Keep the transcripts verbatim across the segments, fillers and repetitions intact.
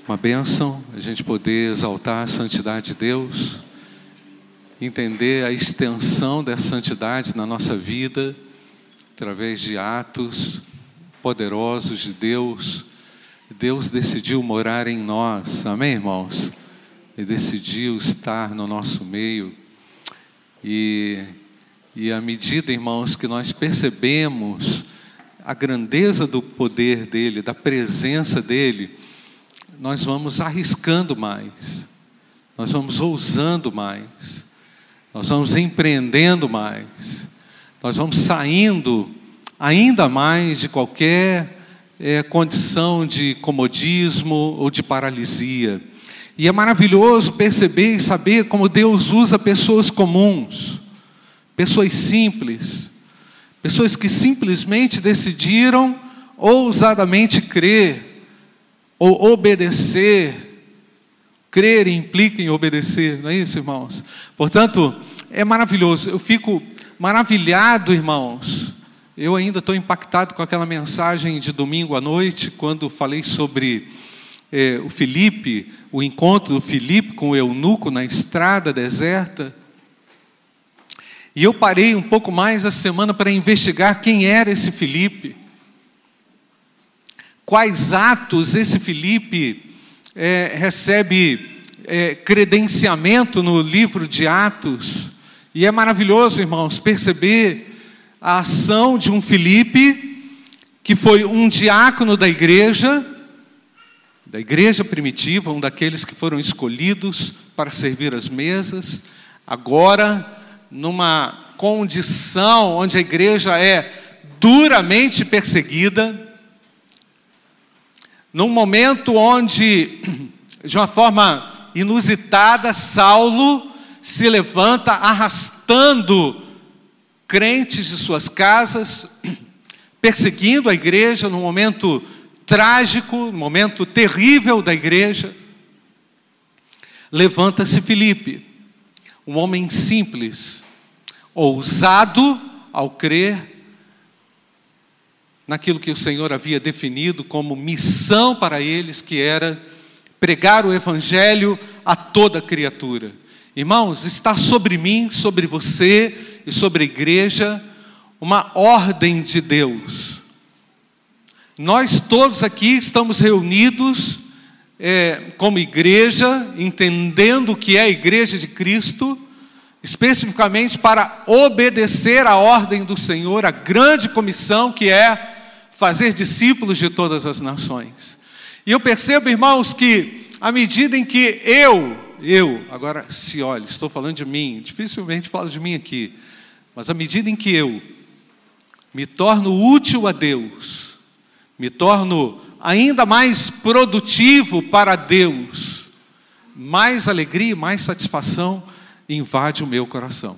Uma bênção a gente poder exaltar a santidade de Deus, entender a extensão dessa santidade na nossa vida, através de atos poderosos de Deus. Deus decidiu morar em nós, amém, irmãos? Ele decidiu estar no nosso meio. E, e à medida, irmãos, que nós percebemos a grandeza do poder dEle, da presença dEle, nós vamos arriscando mais, nós vamos ousando mais, nós vamos empreendendo mais, nós vamos saindo ainda mais de qualquer é, condição de comodismo ou de paralisia. E é maravilhoso perceber e saber como Deus usa pessoas comuns, pessoas simples, pessoas que simplesmente decidiram ousadamente crer, ou obedecer. Crer implica em obedecer, não é isso, irmãos? Portanto, é maravilhoso. Eu fico maravilhado, irmãos. Eu ainda estou impactado com aquela mensagem de domingo à noite, quando falei sobre é, o Filipe, o encontro do Filipe com o eunuco na estrada deserta. E eu parei um pouco mais essa semana para investigar quem era esse Filipe. Quais atos esse Filipe é, recebe é, credenciamento no livro de Atos. E é maravilhoso, irmãos, perceber a ação de um Filipe, que foi um diácono da igreja, da igreja primitiva, um daqueles que foram escolhidos para servir as mesas, agora numa condição onde a igreja é duramente perseguida, num momento onde, de uma forma inusitada, Saulo se levanta arrastando crentes de suas casas, perseguindo a igreja num momento trágico, num momento terrível da igreja. Levanta-se Filipe, um homem simples, ousado ao crer naquilo que o Senhor havia definido como missão para eles, que era pregar o Evangelho a toda criatura. Irmãos, está sobre mim, sobre você e sobre a igreja, uma ordem de Deus. Nós todos aqui estamos reunidos é, como igreja, entendendo o que é a igreja de Cristo, especificamente para obedecer à ordem do Senhor, a grande comissão que é fazer discípulos de todas as nações. E eu percebo, irmãos, que à medida em que eu, eu, agora se olhe, estou falando de mim, dificilmente falo de mim aqui, mas à medida em que eu me torno útil a Deus, me torno ainda mais produtivo para Deus, mais alegria, mais satisfação invade o meu coração.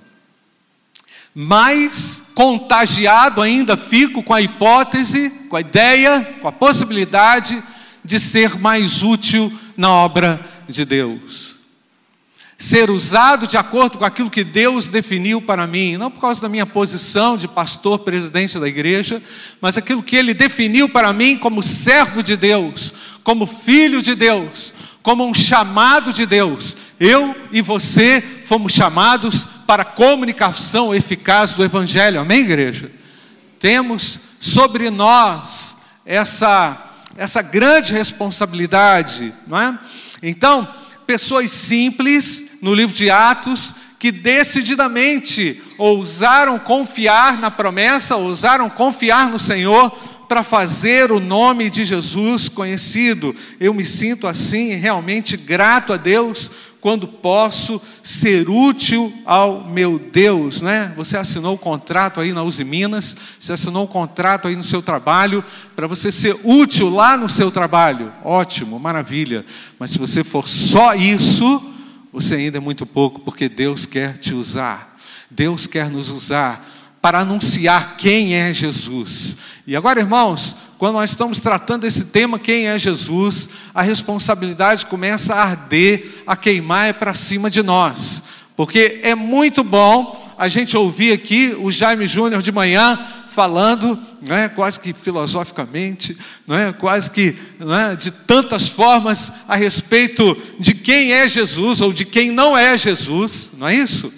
Mais contagiado ainda fico com a hipótese, com a ideia, com a possibilidade de ser mais útil na obra de Deus. Ser usado de acordo com aquilo que Deus definiu para mim, não por causa da minha posição de pastor, presidente da igreja, mas aquilo que Ele definiu para mim como servo de Deus, como filho de Deus, como um chamado de Deus. Eu e você fomos chamados para a comunicação eficaz do Evangelho. Amém, igreja? Temos sobre nós essa, essa grande responsabilidade, não é? Então, pessoas simples, no livro de Atos, que decididamente ousaram confiar na promessa, ousaram confiar no Senhor, para fazer o nome de Jesus conhecido. Eu me sinto assim, realmente grato a Deus, quando posso ser útil ao meu Deus, né? Você assinou o contrato aí na Uzi Minas, você assinou um contrato aí no seu trabalho, para você ser útil lá no seu trabalho. Ótimo, maravilha. Mas se você for só isso, você ainda é muito pouco, porque Deus quer te usar. Deus quer nos usar para anunciar quem é Jesus. E agora, irmãos, quando nós estamos tratando desse tema, quem é Jesus, a responsabilidade começa a arder, a queimar para cima de nós. Porque é muito bom a gente ouvir aqui o Jaime Júnior de manhã falando, não é, quase que filosoficamente, não é, quase que, não é, de tantas formas a respeito de quem é Jesus ou de quem não é Jesus, não é isso?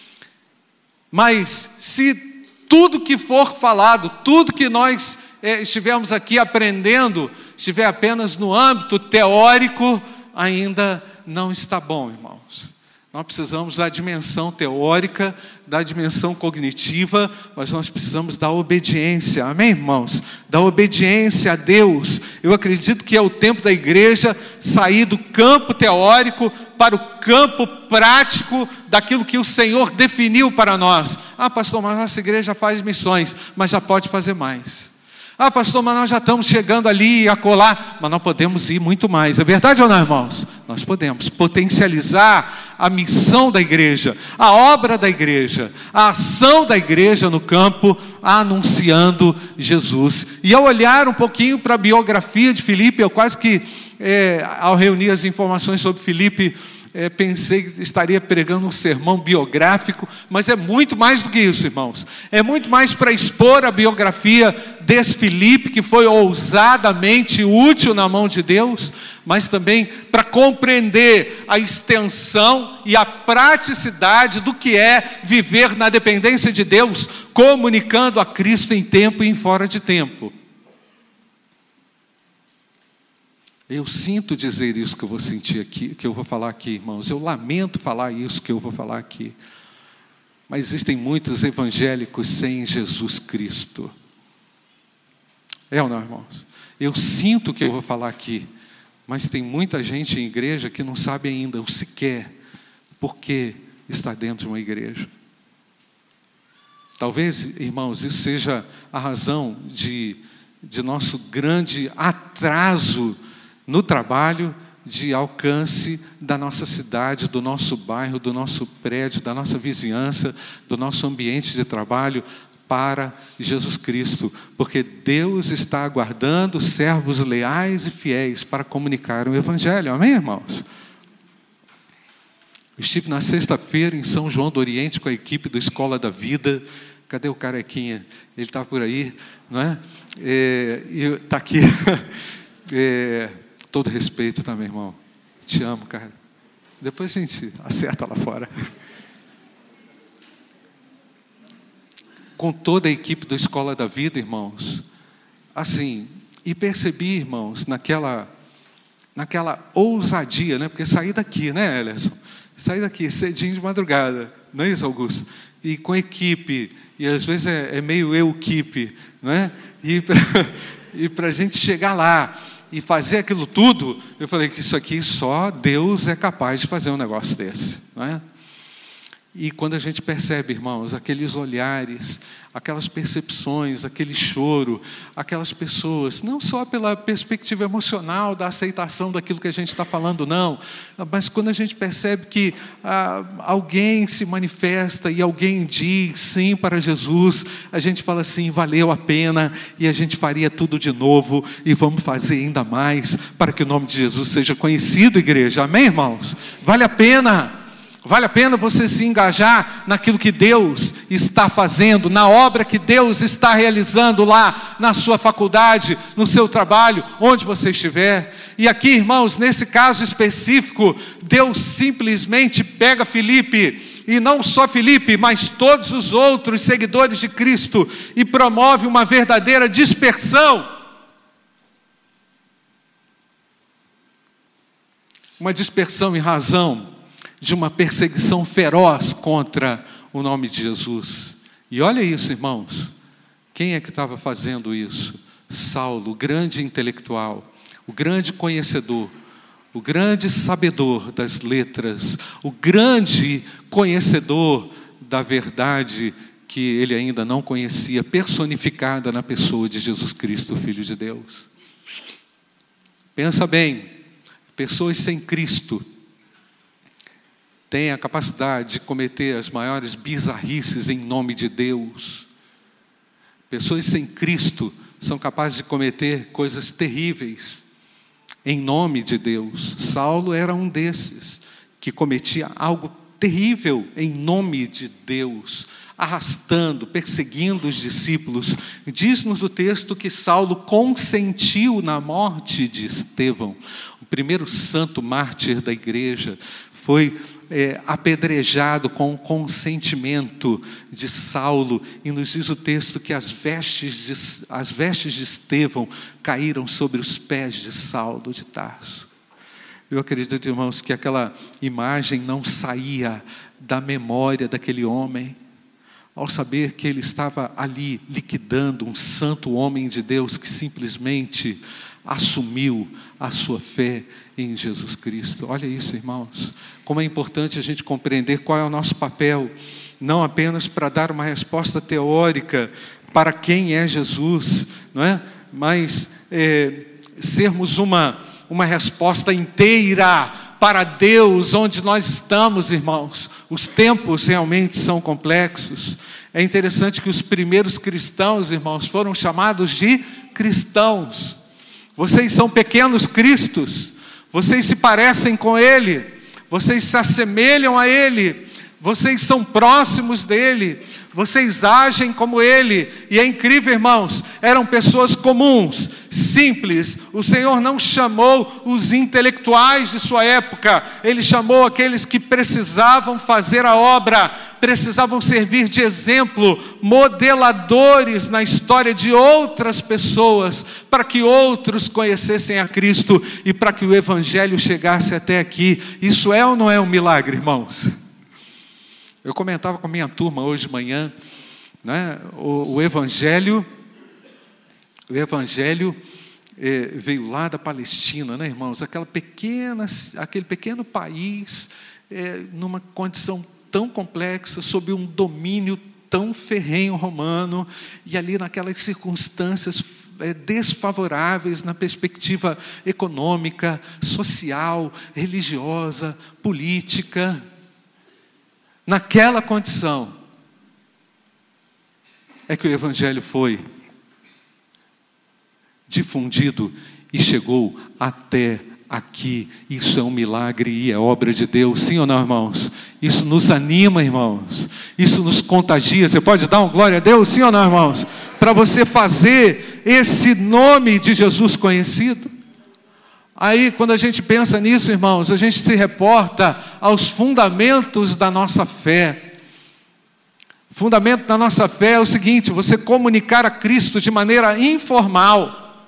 Mas se tudo que for falado, tudo que nós é, estivermos aqui aprendendo, estiver apenas no âmbito teórico, ainda não está bom, irmãos. Nós precisamos da dimensão teórica, da dimensão cognitiva, mas nós precisamos da obediência, amém, irmãos? Da obediência a Deus. Eu acredito que é o tempo da igreja sair do campo teórico para o campo prático daquilo que o Senhor definiu para nós. Ah, pastor, mas nossa igreja faz missões, mas já pode fazer mais. Ah, pastor, mas nós já estamos chegando ali e acolá, mas nós podemos ir muito mais. É verdade ou não, irmãos? Nós podemos potencializar a missão da igreja, a obra da igreja, a ação da igreja no campo, anunciando Jesus. E ao olhar um pouquinho para a biografia de Filipe, eu quase que, é, ao reunir as informações sobre Filipe, É, pensei que estaria pregando um sermão biográfico, mas é muito mais do que isso, irmãos. É muito mais para expor a biografia desse Filipe, que foi ousadamente útil na mão de Deus, mas também para compreender a extensão e a praticidade do que é viver na dependência de Deus, comunicando a Cristo em tempo e em fora de tempo. Eu sinto dizer isso que eu vou sentir aqui, que eu vou falar aqui, irmãos. Eu lamento falar isso que eu vou falar aqui. Mas existem muitos evangélicos sem Jesus Cristo. É ou não, irmãos? Eu sinto que eu vou falar aqui, mas tem muita gente em igreja que não sabe ainda o sequer por que está dentro de uma igreja. Talvez, irmãos, isso seja a razão de, de nosso grande atraso no trabalho de alcance da nossa cidade, do nosso bairro, do nosso prédio, da nossa vizinhança, do nosso ambiente de trabalho para Jesus Cristo, porque Deus está aguardando servos leais e fiéis para comunicar o Evangelho, amém, irmãos? Eu estive na sexta-feira em São João do Oriente com a equipe do Escola da Vida. Cadê o carequinha? Ele está por aí, não é? Está aqui. É, todo respeito também, irmão. Te amo, cara. Depois a gente acerta lá fora. Com toda a equipe da Escola da Vida, irmãos. Assim, e percebi, irmãos, naquela, naquela ousadia, né? Porque saí daqui, né, Elerson? Saí daqui cedinho de madrugada. Não é isso, Augusto? E com equipe, e às vezes é, é meio eu-equipe, não é? E para a gente chegar lá e fazer aquilo tudo, eu falei que isso aqui só Deus é capaz de fazer um negócio desse, não é? E quando a gente percebe, irmãos, aqueles olhares, aquelas percepções, aquele choro, aquelas pessoas, não só pela perspectiva emocional da aceitação daquilo que a gente está falando, não, mas quando a gente percebe que ah, alguém se manifesta e alguém diz sim para Jesus, a gente fala assim, valeu a pena, e a gente faria tudo de novo, e vamos fazer ainda mais, para que o nome de Jesus seja conhecido, igreja, amém, irmãos? Vale a pena. Vale a pena você se engajar naquilo que Deus está fazendo, na obra que Deus está realizando lá na sua faculdade, no seu trabalho, onde você estiver. E aqui, irmãos, nesse caso específico, Deus simplesmente pega Filipe, e não só Filipe, mas todos os outros seguidores de Cristo, e promove uma verdadeira dispersão. Uma dispersão em razão de uma perseguição feroz contra o nome de Jesus. E olha isso, irmãos. Quem é que estava fazendo isso? Saulo, o grande intelectual, o grande conhecedor, o grande sabedor das letras, o grande conhecedor da verdade que ele ainda não conhecia, personificada na pessoa de Jesus Cristo, o Filho de Deus. Pensa bem, pessoas sem Cristo tem a capacidade de cometer as maiores bizarrices em nome de Deus. Pessoas sem Cristo são capazes de cometer coisas terríveis em nome de Deus. Saulo era um desses, que cometia algo terrível em nome de Deus, arrastando, perseguindo os discípulos. Diz-nos o texto que Saulo consentiu na morte de Estevão, o primeiro santo mártir da igreja. Foi é, apedrejado com o consentimento de Saulo, e nos diz o texto que as vestes de, as vestes de Estevão caíram sobre os pés de Saulo de Tarso. Eu acredito, irmãos, que aquela imagem não saía da memória daquele homem, ao saber que ele estava ali liquidando um santo homem de Deus que simplesmente assumiu a sua fé em Jesus Cristo. Olha isso, irmãos, como é importante a gente compreender qual é o nosso papel, não apenas para dar uma resposta teórica para quem é Jesus, não é? Mas é, sermos uma, uma resposta inteira para Deus, onde nós estamos, irmãos. Os tempos realmente são complexos. É interessante que os primeiros cristãos, irmãos, foram chamados de cristãos. Vocês são pequenos cristos, vocês se parecem com Ele, vocês se assemelham a Ele, vocês são próximos dEle, vocês agem como Ele. E é incrível, irmãos, eram pessoas comuns, simples. O Senhor não chamou os intelectuais de sua época, Ele chamou aqueles que precisavam fazer a obra, precisavam servir de exemplo, modeladores na história de outras pessoas, para que outros conhecessem a Cristo e para que o Evangelho chegasse até aqui. Isso é ou não é um milagre, irmãos? Eu comentava com a minha turma hoje de manhã, né, o, o Evangelho, o Evangelho eh, veio lá da Palestina, né, irmãos? Aquela pequena, aquele pequeno país, eh, numa condição tão complexa, sob um domínio tão ferrenho romano, e ali naquelas circunstâncias eh, desfavoráveis na perspectiva econômica, social, religiosa, política. Naquela condição é que o Evangelho foi difundido e chegou até aqui. Isso é um milagre e é obra de Deus, sim ou não, irmãos? Isso nos anima, irmãos. Isso nos contagia. Você pode dar uma glória a Deus, sim ou não, irmãos? Para você fazer esse nome de Jesus conhecido. Aí, quando a gente pensa nisso, irmãos, a gente se reporta aos fundamentos da nossa fé. O fundamento da nossa fé é o seguinte: você comunicar a Cristo de maneira informal.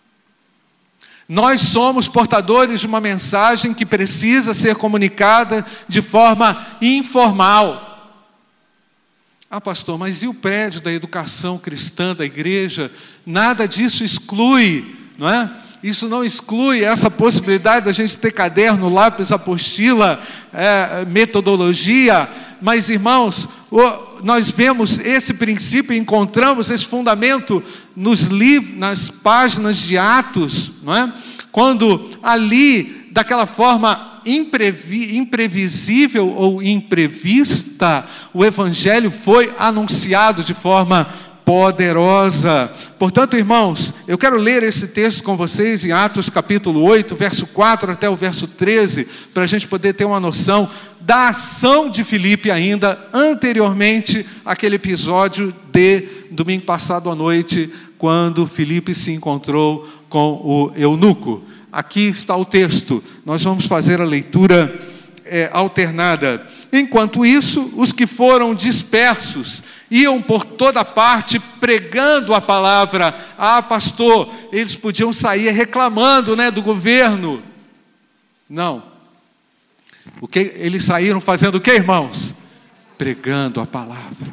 Nós somos portadores de uma mensagem que precisa ser comunicada de forma informal. Ah, pastor, mas e o prédio da educação cristã da igreja? Nada disso exclui, não é? Isso não exclui essa possibilidade da gente ter caderno, lápis, apostila, é, metodologia. Mas, irmãos, o, nós vemos esse princípio, encontramos esse fundamento nos livros, nas páginas de Atos, não é? Quando ali, daquela forma imprevi, imprevisível ou imprevista, o Evangelho foi anunciado de forma poderosa. Portanto, irmãos, eu quero ler esse texto com vocês em Atos capítulo oito, verso quatro até o verso treze, para a gente poder ter uma noção da ação de Filipe ainda anteriormente àquele episódio de domingo passado à noite, quando Filipe se encontrou com o eunuco. Aqui está o texto, nós vamos fazer a leitura é, alternada. Enquanto isso, os que foram dispersos iam por toda parte pregando a palavra. Ah, pastor, eles podiam sair reclamando, né, do governo. Não. O que eles saíram fazendo o que, irmãos? Pregando a palavra.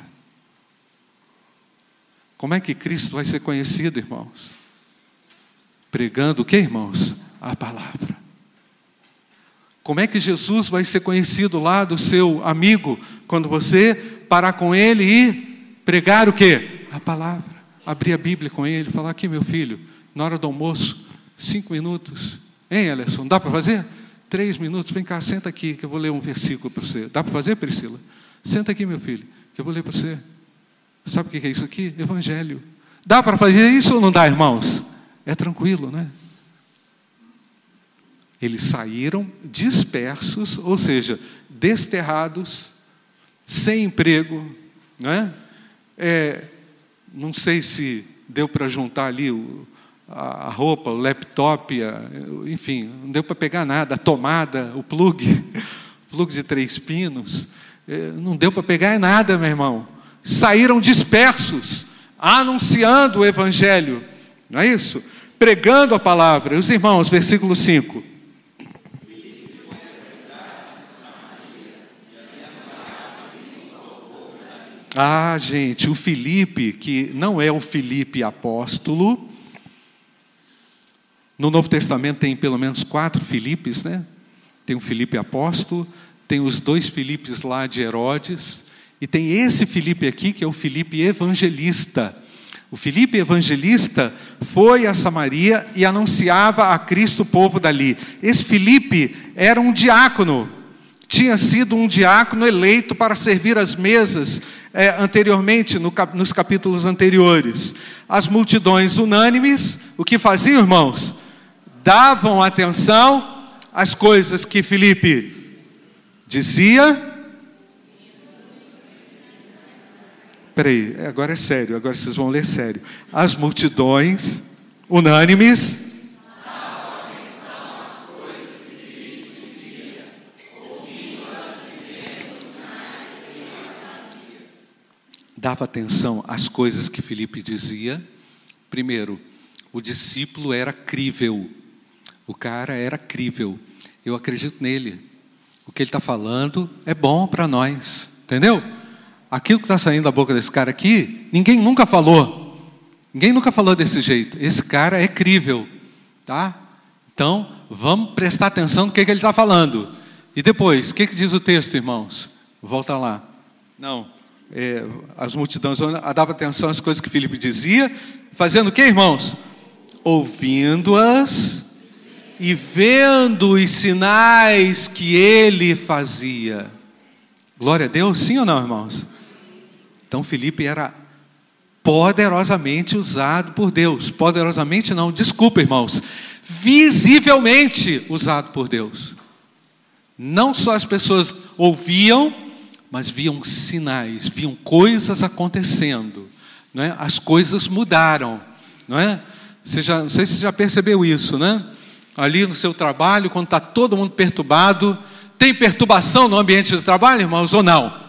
Como é que Cristo vai ser conhecido, irmãos? Pregando o que, irmãos? A palavra. Como é que Jesus vai ser conhecido lá do seu amigo? Quando você parar com ele e pregar o quê? A palavra. Abrir a Bíblia com ele, falar: aqui, meu filho, na hora do almoço, cinco minutos. Hein, Alisson, dá para fazer? Três minutos, vem cá, senta aqui, que eu vou ler um versículo para você. Dá para fazer, Priscila? Senta aqui, meu filho, que eu vou ler para você. Sabe o que é isso aqui? Evangelho. Dá para fazer isso ou não dá, irmãos? É tranquilo, né? Eles saíram dispersos, ou seja, desterrados, sem emprego, não é? É, não sei se deu para juntar ali o, a roupa, o laptop, a, enfim, não deu para pegar nada, a tomada, o plug, o plug de três pinos, é, não deu para pegar nada, meu irmão. Saíram dispersos, anunciando o Evangelho, não é isso? Pregando a palavra. Os irmãos, versículo cinco. Ah, gente, o Filipe, que não é o Filipe apóstolo. No Novo Testamento tem pelo menos quatro Filipes, né? Tem o Filipe apóstolo, tem os dois Filipes lá de Herodes, e tem esse Filipe aqui, que é o Filipe evangelista. O Filipe evangelista foi a Samaria e anunciava a Cristo o povo dali. Esse Filipe era um diácono, tinha sido um diácono eleito para servir as mesas é, anteriormente, no, nos capítulos anteriores. As multidões unânimes, o que faziam, irmãos? Davam atenção às coisas que Filipe dizia. Peraí, agora é sério, agora vocês vão ler sério. As multidões unânimes dava atenção às coisas que Filipe dizia. Primeiro, o discípulo era crível. O cara era crível. Eu acredito nele. O que ele está falando é bom para nós. Entendeu? Aquilo que está saindo da boca desse cara aqui, ninguém nunca falou. Ninguém nunca falou desse jeito. Esse cara é crível. Tá? Então, vamos prestar atenção no que, que ele está falando. E depois, o que, que diz o texto, irmãos? Volta lá. Não. É, as multidões davam atenção às coisas que Filipe dizia, fazendo o que, irmãos? Ouvindo-as e vendo os sinais que ele fazia. Glória a Deus, sim ou não, irmãos? Então Filipe era poderosamente usado por Deus. Poderosamente não, desculpa, irmãos. Visivelmente usado por Deus. Não só as pessoas ouviam, mas viam sinais, viam coisas acontecendo, não é? As coisas mudaram, não é? Você já, não sei se você já percebeu isso, né? Ali no seu trabalho, quando está todo mundo perturbado, tem perturbação no ambiente de trabalho, irmãos, ou não?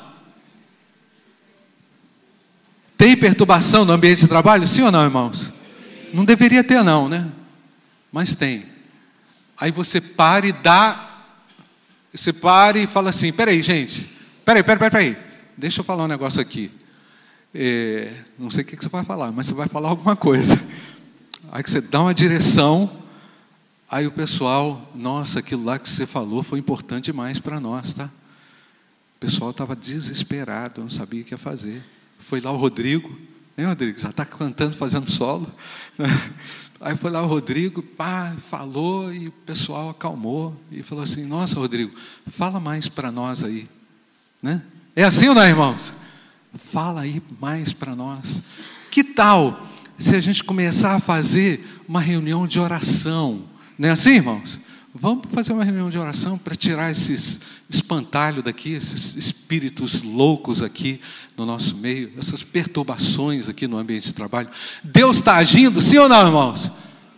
Tem perturbação no ambiente de trabalho, sim ou não, irmãos? Não deveria ter não, né? Mas tem. Aí você para e dá, você para e fala assim, peraí, gente, Peraí, peraí, peraí, peraí. Deixa eu falar um negócio aqui. É, não sei o que você vai falar, mas você vai falar alguma coisa. Aí que você dá uma direção, aí o pessoal, nossa, aquilo lá que você falou foi importante demais para nós, tá? O pessoal estava desesperado, não sabia o que ia fazer. Foi lá o Rodrigo, hein, Rodrigo? Já está cantando, fazendo solo. Aí foi lá o Rodrigo, pá, falou e o pessoal acalmou e falou assim, nossa, Rodrigo, fala mais para nós aí. Né? É assim ou não, irmãos? Fala aí mais para nós. Que tal se a gente começar a fazer uma reunião de oração? Não é assim, irmãos? Vamos fazer uma reunião de oração para tirar esses espantalhos daqui, esses espíritos loucos aqui no nosso meio, essas perturbações aqui no ambiente de trabalho. Deus está agindo, sim ou não, irmãos?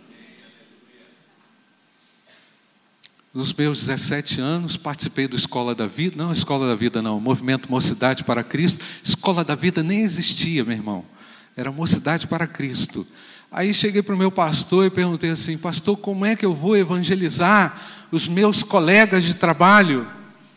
Nos meus dezessete anos, participei do Escola da Vida. Não, Escola da Vida não, Movimento Mocidade para Cristo. Escola da Vida nem existia, meu irmão. Era Mocidade para Cristo. Aí cheguei para o meu pastor e perguntei assim, pastor, como é que eu vou evangelizar os meus colegas de trabalho?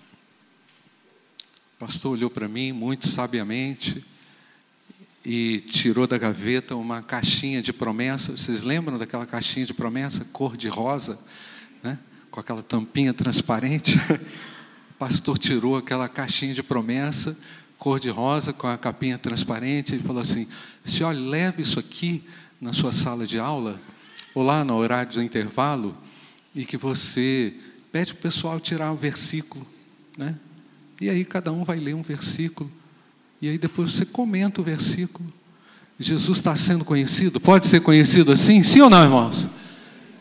O pastor olhou para mim muito sabiamente e tirou da gaveta uma caixinha de promessa. Vocês lembram daquela caixinha de promessa, cor de rosa, né? Com aquela tampinha transparente? O pastor tirou aquela caixinha de promessa, cor de rosa, com a capinha transparente, e falou assim, senhor, leve isso aqui na sua sala de aula, ou lá no horário do intervalo, e que você pede para o pessoal tirar um versículo, né? E aí cada um vai ler um versículo, e aí depois você comenta o versículo. Jesus está sendo conhecido? Pode ser conhecido assim? Sim ou não, irmãos?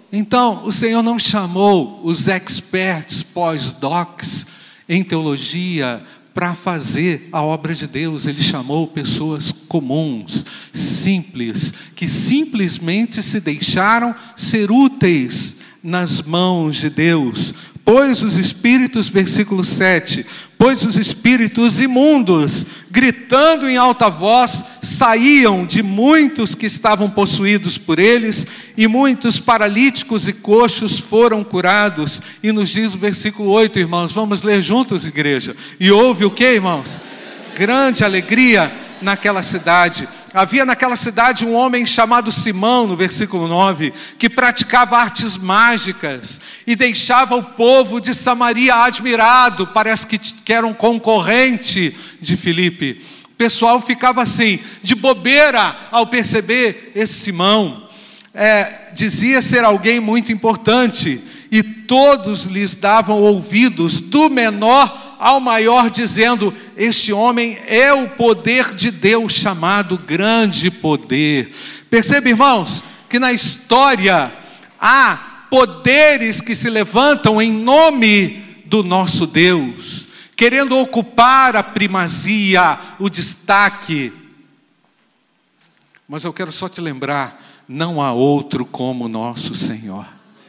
Então, o Senhor não chamou os experts pós-docs em teologia para fazer a obra de Deus. Ele chamou pessoas comuns, simples, que simplesmente se deixaram ser úteis nas mãos de Deus. Pois os espíritos, versículo sete, pois os espíritos imundos, gritando em alta voz, saíam de muitos que estavam possuídos por eles, e muitos paralíticos e coxos foram curados. E nos diz o versículo oito, irmãos, vamos ler juntos, igreja. E houve o que, irmãos? Grande alegria naquela cidade. Havia naquela cidade um homem chamado Simão, no versículo nove, que praticava artes mágicas e deixava o povo de Samaria admirado, parece que, que era um concorrente de Filipe. O pessoal ficava assim, de bobeira, ao perceber esse Simão. É, dizia ser alguém muito importante, e todos lhes davam ouvidos, do menor ao maior, dizendo: este homem é o poder de Deus, chamado grande poder. Percebe, irmãos, que na história há poderes que se levantam em nome do nosso Deus, querendo ocupar a primazia, o destaque. Mas eu quero só te lembrar, não há outro como o nosso Senhor.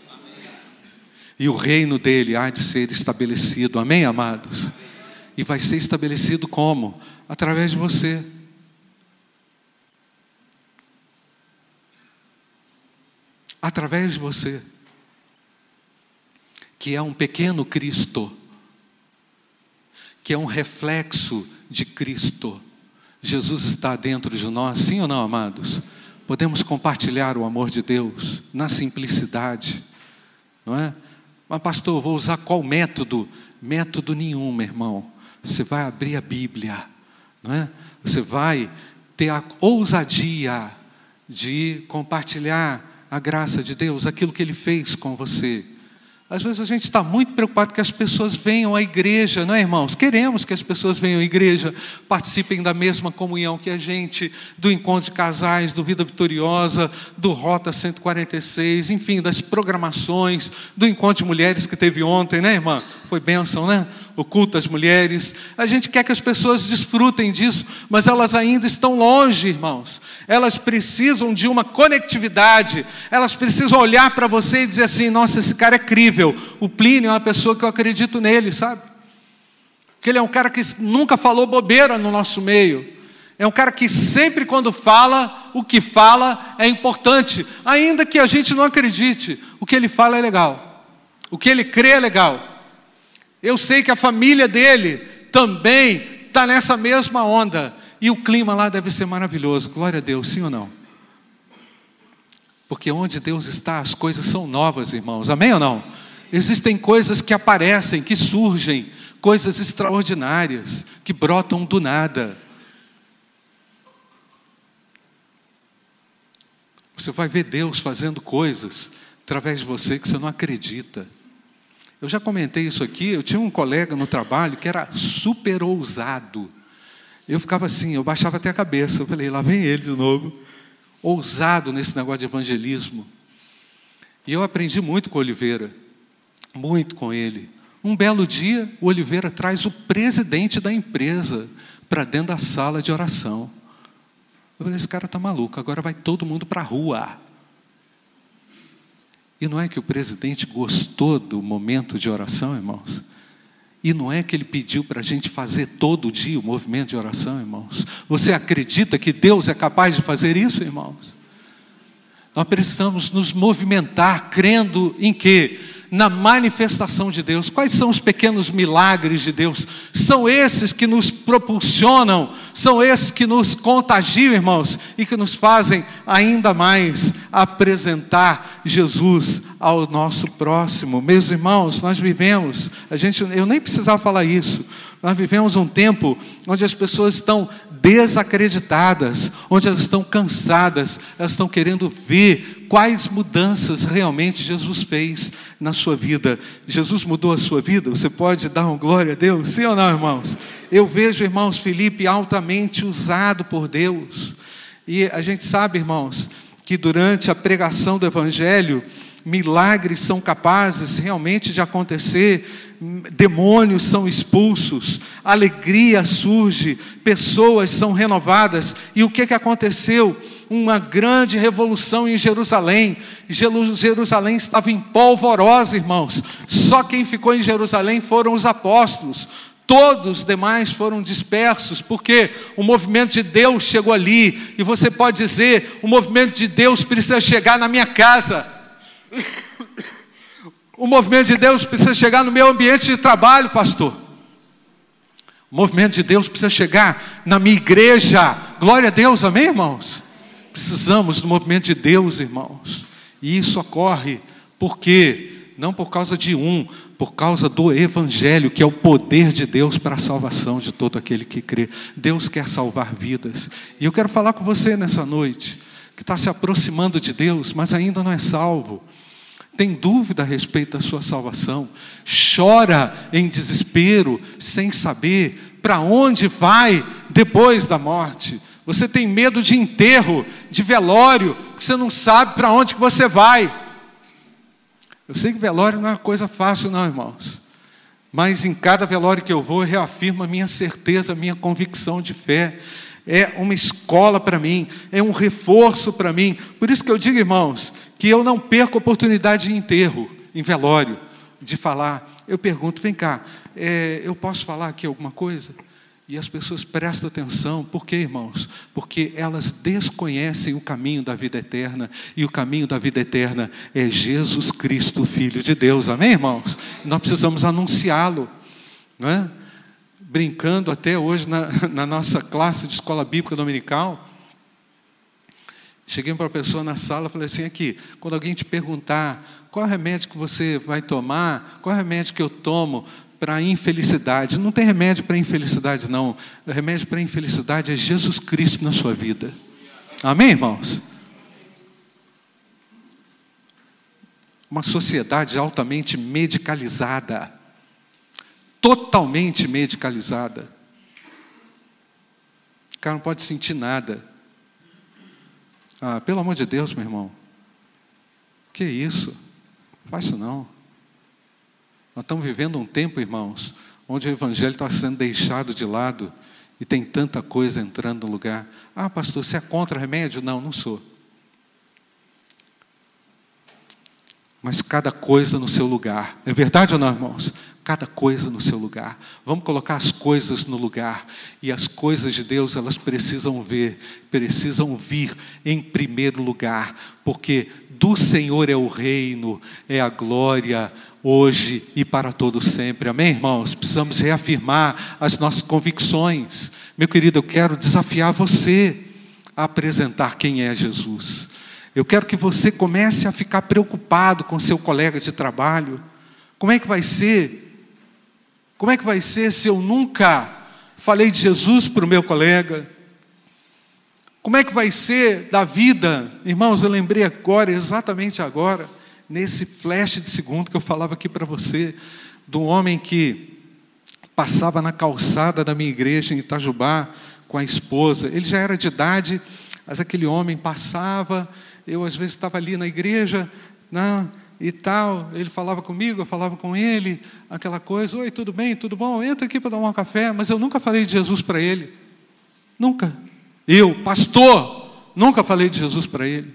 E o reino dele há de ser estabelecido, amém, amados? E vai ser estabelecido como? Através de você. Através de você. Que é um pequeno Cristo. Que é um reflexo de Cristo. Jesus está dentro de nós, sim ou não, amados? Podemos compartilhar o amor de Deus na simplicidade, não é? Mas pastor, eu vou usar qual método? Método nenhum, meu irmão. Você vai abrir a Bíblia, não é? Você vai ter a ousadia de compartilhar a graça de Deus, aquilo que Ele fez com você. Às vezes a gente está muito preocupado que as pessoas venham à igreja, não é, irmãos? Queremos que as pessoas venham à igreja, participem da mesma comunhão que a gente, do encontro de casais, do Vida Vitoriosa, do Rota cento e quarenta e seis, enfim, das programações, do encontro de mulheres que teve ontem, né, irmã? Foi bênção, né? O culto às mulheres. A gente quer que as pessoas desfrutem disso, mas elas ainda estão longe, irmãos. Elas precisam de uma conectividade, elas precisam olhar para você e dizer assim: nossa, esse cara é crível. O Plínio é uma pessoa que eu acredito nele, sabe? Que ele é um cara que nunca falou bobeira no nosso meio. É um cara que sempre quando fala, o que fala é importante. Ainda que a gente não acredite, o que ele fala é legal. O que ele crê é legal. Eu sei que a família dele também está nessa mesma onda. E o clima lá deve ser maravilhoso. Glória a Deus, sim ou não? Porque onde Deus está, as coisas são novas, irmãos. Amém ou não? Existem coisas que aparecem, que surgem, coisas extraordinárias, que brotam do nada. Você vai ver Deus fazendo coisas através de você que você não acredita. Eu já comentei isso aqui, eu tinha um colega no trabalho que era super ousado. Eu ficava assim, eu baixava até a cabeça, eu falei, lá vem ele de novo. Ousado nesse negócio de evangelismo. E eu aprendi muito com o Oliveira, muito com ele. Um belo dia, o Oliveira traz o presidente da empresa para dentro da sala de oração. Eu falei, esse cara está maluco, agora vai todo mundo para a rua. E não é que o presidente gostou do momento de oração, irmãos? E não é que ele pediu para a gente fazer todo dia o movimento de oração, irmãos? Você acredita que Deus é capaz de fazer isso, irmãos? Nós precisamos nos movimentar crendo em quê? Na manifestação de Deus. Quais são os pequenos milagres de Deus? São esses que nos propulsionam, são esses que nos contagiam, irmãos, e que nos fazem ainda mais apresentar Jesus ao nosso próximo. Meus irmãos, nós vivemos, a gente, eu nem precisava falar isso, nós vivemos um tempo onde as pessoas estão desacreditadas, onde elas estão cansadas, elas estão querendo ver quais mudanças realmente Jesus fez na sua vida. Jesus mudou a sua vida? Você pode dar uma glória a Deus? Sim ou não, irmãos? Eu vejo, irmãos, Felipe altamente usado por Deus. E a gente sabe, irmãos, que durante a pregação do Evangelho, milagres são capazes realmente de acontecer, demônios são expulsos, alegria surge, pessoas são renovadas. E o que, que aconteceu? Uma grande revolução em Jerusalém. Jerusalém estava em polvorosa, irmãos. Só quem ficou em Jerusalém foram os apóstolos. Todos os demais foram dispersos, porque o movimento de Deus chegou ali. E você pode dizer, o movimento de Deus precisa chegar na minha casa. O movimento de Deus precisa chegar no meu ambiente de trabalho, pastor. O movimento de Deus precisa chegar na minha igreja. Glória a Deus, amém, irmãos? Precisamos do movimento de Deus, irmãos. E isso ocorre por quê? Não por causa de um, por causa do Evangelho, que é o poder de Deus para a salvação de todo aquele que crê. Deus quer salvar vidas. E eu quero falar com você nessa noite, que está se aproximando de Deus, mas ainda não é salvo. Tem dúvida a respeito da sua salvação. Chora em desespero, sem saber para onde vai depois da morte. Você tem medo de enterro, de velório, porque você não sabe para onde que você vai. Eu sei que velório não é uma coisa fácil não, irmãos. Mas em cada velório que eu vou, eu reafirmo a minha certeza, a minha convicção de fé. É uma escola para mim, é um reforço para mim. Por isso que eu digo, irmãos, que eu não perco a oportunidade de enterro, em velório, de falar. Eu pergunto, vem cá, é, eu posso falar aqui alguma coisa? E as pessoas prestam atenção. Por quê, irmãos? Porque elas desconhecem o caminho da vida eterna. E o caminho da vida eterna é Jesus Cristo, Filho de Deus. Amém, irmãos? Nós precisamos anunciá-lo. Não é? Brincando até hoje na, na nossa classe de escola bíblica dominical. Cheguei para uma pessoa na sala e falei assim, aqui, quando alguém te perguntar qual é o remédio que você vai tomar, qual é o remédio que eu tomo para a infelicidade. Não tem remédio para a infelicidade, não. O remédio para a infelicidade é Jesus Cristo na sua vida. Amém, irmãos? Uma sociedade altamente medicalizada. Totalmente medicalizada. O cara não pode sentir nada. Ah, pelo amor de Deus, meu irmão. Que isso? Não faz isso não. Nós estamos vivendo um tempo, irmãos, onde o Evangelho está sendo deixado de lado e tem tanta coisa entrando no lugar. Ah, pastor, você é contra remédio? Não, não sou. Mas cada coisa no seu lugar. É verdade ou não, irmãos? Cada coisa no seu lugar. Vamos colocar as coisas no lugar. E as coisas de Deus, elas precisam ver, precisam vir em primeiro lugar. Porque do Senhor é o reino, é a glória, hoje e para todo sempre. Amém, irmãos? Precisamos reafirmar as nossas convicções. Meu querido, eu quero desafiar você a apresentar quem é Jesus. Eu quero que você comece a ficar preocupado com seu colega de trabalho. Como é que vai ser? Como é que vai ser se eu nunca falei de Jesus para o meu colega? Como é que vai ser da vida? Irmãos, eu lembrei agora, exatamente agora, nesse flash de segundo que eu falava aqui para você, de um homem que passava na calçada da minha igreja em Itajubá com a esposa. Ele já era de idade, mas aquele homem passava, eu às vezes estava ali na igreja, né, e tal, ele falava comigo, eu falava com ele, aquela coisa, oi, tudo bem, tudo bom? Entra aqui para tomar um café, mas eu nunca falei de Jesus para ele. Nunca. Eu, pastor, nunca falei de Jesus para ele.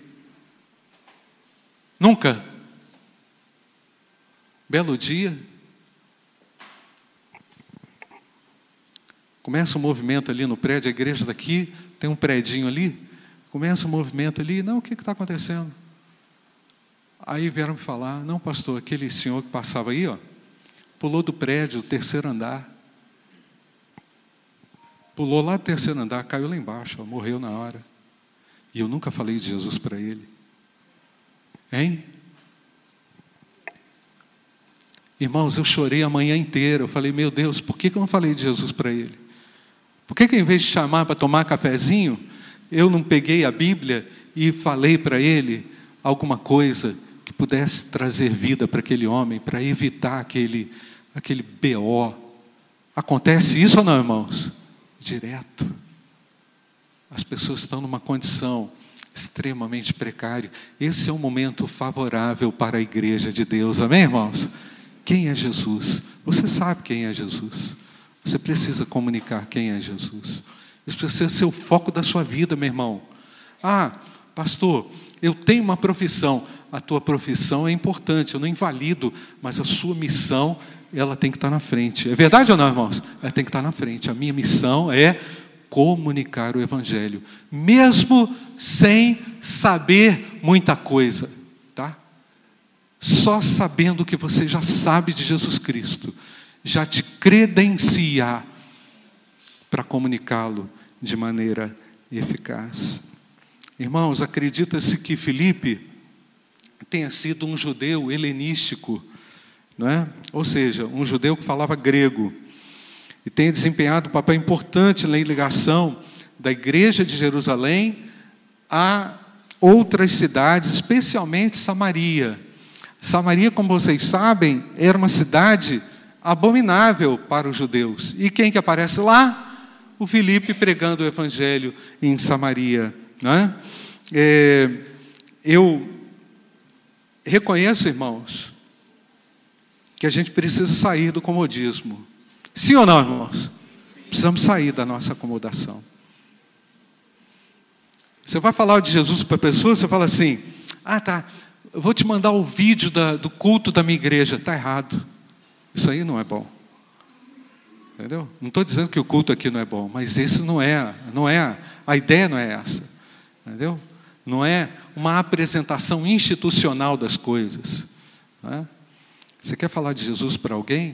Nunca. Belo dia, começa um movimento ali no prédio, a igreja daqui, tem um predinho ali, começa um movimento ali, não, o que está acontecendo? Aí vieram me falar, não pastor, aquele senhor que passava aí, ó, pulou do prédio, do terceiro andar, pulou lá do terceiro andar, caiu lá embaixo, ó, morreu na hora, e eu nunca falei de Jesus para ele. Hein? Irmãos, eu chorei a manhã inteira. Eu falei, meu Deus, por que eu não falei de Jesus para ele? Por que que, em vez de chamar para tomar cafezinho, eu não peguei a Bíblia e falei para ele alguma coisa que pudesse trazer vida para aquele homem, para evitar aquele, aquele B O? Acontece isso ou não, irmãos? Direto. As pessoas estão numa condição extremamente precário. Esse é um momento favorável para a igreja de Deus, amém, irmãos? Quem é Jesus? Você sabe quem é Jesus. Você precisa comunicar quem é Jesus. Isso precisa ser o foco da sua vida, meu irmão. Ah, pastor, eu tenho uma profissão. A tua profissão é importante, eu não invalido, mas a sua missão, ela tem que estar na frente. É verdade ou não, irmãos? Ela tem que estar na frente. A minha missão é comunicar o Evangelho, mesmo sem saber muita coisa, tá? Só sabendo que você já sabe de Jesus Cristo, já te credencia para comunicá-lo de maneira eficaz. Irmãos, acredita-se que Filipe tenha sido um judeu helenístico, não é? Ou seja, um judeu que falava grego, e tenha desempenhado um papel importante na ligação da igreja de Jerusalém a outras cidades, especialmente Samaria. Samaria, como vocês sabem, era uma cidade abominável para os judeus. E quem que aparece lá? O Filipe pregando o evangelho em Samaria, não é? É, eu reconheço, irmãos, que a gente precisa sair do comodismo. Sim ou não, irmãos? Precisamos sair da nossa acomodação. Você vai falar de Jesus para a pessoa, você fala assim, ah, tá, eu vou te mandar o vídeo da, do culto da minha igreja. Está errado. Isso aí não é bom. Entendeu? Não estou dizendo que o culto aqui não é bom, mas esse não é, não é, a ideia não é essa. Entendeu? Não é uma apresentação institucional das coisas. Não é? Você quer falar de Jesus para alguém?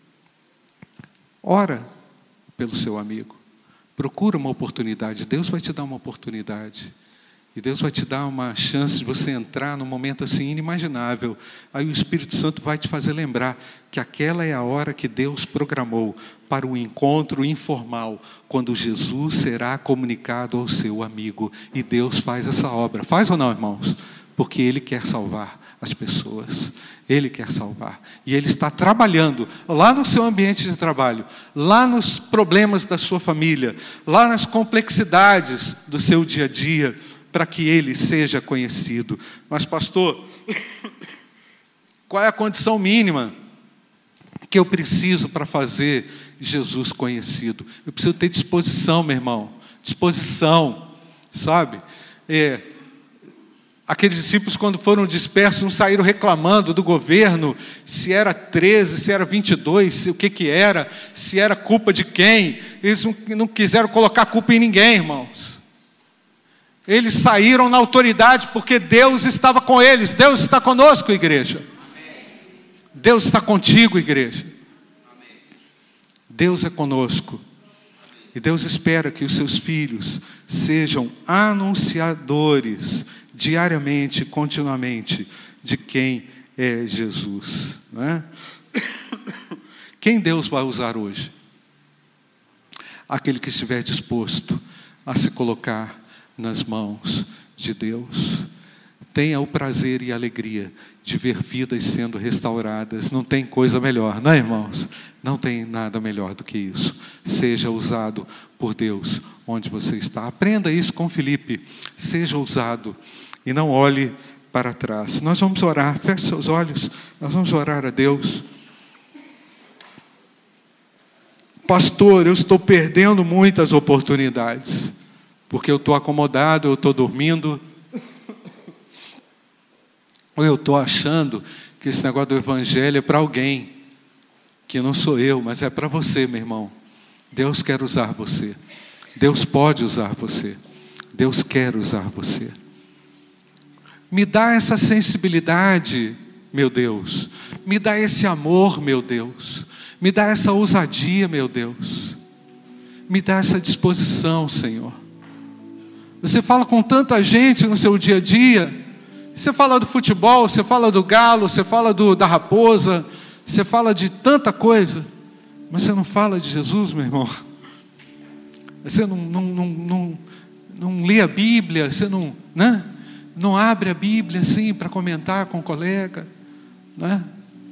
Ora pelo seu amigo. Procura uma oportunidade. Deus vai te dar uma oportunidade. E Deus vai te dar uma chance de você entrar num momento assim inimaginável. Aí o Espírito Santo vai te fazer lembrar que aquela é a hora que Deus programou para o encontro informal, quando Jesus será comunicado ao seu amigo. E Deus faz essa obra. Faz ou não, irmãos? Porque Ele quer salvar as pessoas. Ele quer salvar. E Ele está trabalhando lá no seu ambiente de trabalho, lá nos problemas da sua família, lá nas complexidades do seu dia a dia, para que Ele seja conhecido. Mas, pastor, qual é a condição mínima que eu preciso para fazer Jesus conhecido? Eu preciso ter disposição, meu irmão. Disposição, sabe? É... Aqueles discípulos, quando foram dispersos, não saíram reclamando do governo, se era treze, se era vinte e dois, se, o que que era, se era culpa de quem. Eles não, não quiseram colocar culpa em ninguém, irmãos. Eles saíram na autoridade porque Deus estava com eles. Deus está conosco, igreja. Amém. Deus está contigo, igreja. Amém. Deus é conosco. E Deus espera que os seus filhos sejam anunciadores diariamente, continuamente, de quem é Jesus, não é? Quem Deus vai usar hoje? Aquele que estiver disposto a se colocar nas mãos de Deus. Tenha o prazer e a alegria de ver vidas sendo restauradas. Não tem coisa melhor, não é, irmãos? Não tem nada melhor do que isso. Seja usado por Deus onde você está. Aprenda isso com Filipe. Seja usado e não olhe para trás. Nós vamos orar. Feche seus olhos. Nós vamos orar a Deus. Pastor, eu estou perdendo muitas oportunidades, porque eu estou acomodado, eu estou dormindo, ou eu estou achando que esse negócio do evangelho é para alguém, que não sou eu, mas é para você, meu irmão. Deus quer usar você. Deus pode usar você. Deus quer usar você. Me dá essa sensibilidade, meu Deus. Me dá esse amor, meu Deus. Me dá essa ousadia, meu Deus. Me dá essa disposição, Senhor. Você fala com tanta gente no seu dia a dia. Você fala do futebol, você fala do galo, você fala do, da raposa, você fala de tanta coisa, mas você não fala de Jesus, meu irmão. Você não, não, não, não, não lê a Bíblia, você não, né? Não abre a Bíblia assim para comentar com o colega, né?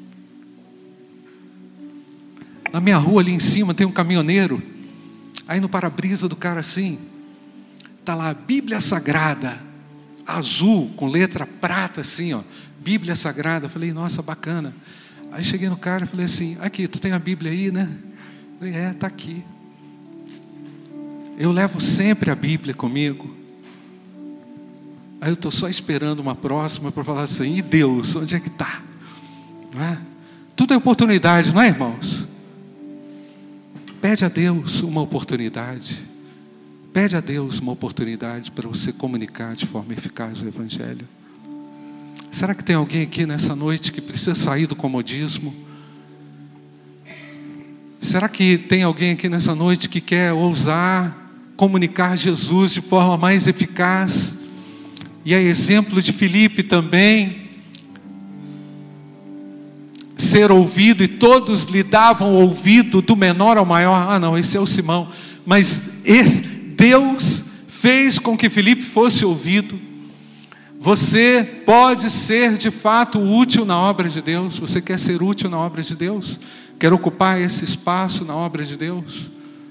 Na minha rua ali em cima tem um caminhoneiro, aí no para-brisa do cara assim, está lá a Bíblia Sagrada, azul, com letra prata, assim, ó, Bíblia Sagrada. Eu falei, nossa, bacana. Aí cheguei no cara e falei assim, aqui, tu tem a Bíblia aí, né? Eu falei, é, tá aqui. Eu levo sempre a Bíblia comigo. Aí eu estou só esperando uma próxima para falar assim, e Deus, onde é que está? Não é? Tudo é oportunidade, não é, irmãos? Pede a Deus uma oportunidade. Pede a Deus uma oportunidade para você comunicar de forma eficaz o Evangelho. Será que tem alguém aqui nessa noite que precisa sair do comodismo? Será que tem alguém aqui nessa noite que quer ousar comunicar Jesus de forma mais eficaz? E é exemplo de Filipe também, ser ouvido, e todos lhe davam ouvido, do menor ao maior. Ah não, esse é o Simão. Mas esse, Deus fez com que Filipe fosse ouvido. Você pode ser de fato útil na obra de Deus. Você quer ser útil na obra de Deus? Quer ocupar esse espaço na obra de Deus?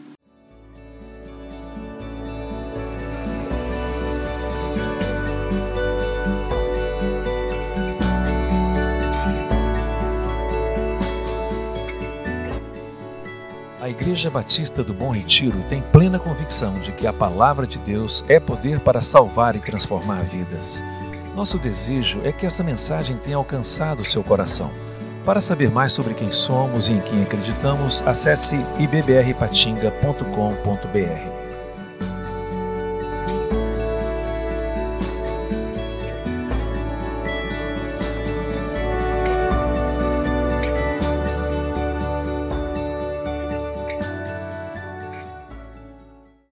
A Igreja Batista do Bom Retiro tem plena convicção de que a Palavra de Deus é poder para salvar e transformar vidas. Nosso desejo é que essa mensagem tenha alcançado o seu coração. Para saber mais sobre quem somos e em quem acreditamos, acesse i b b r patinga ponto com ponto b r.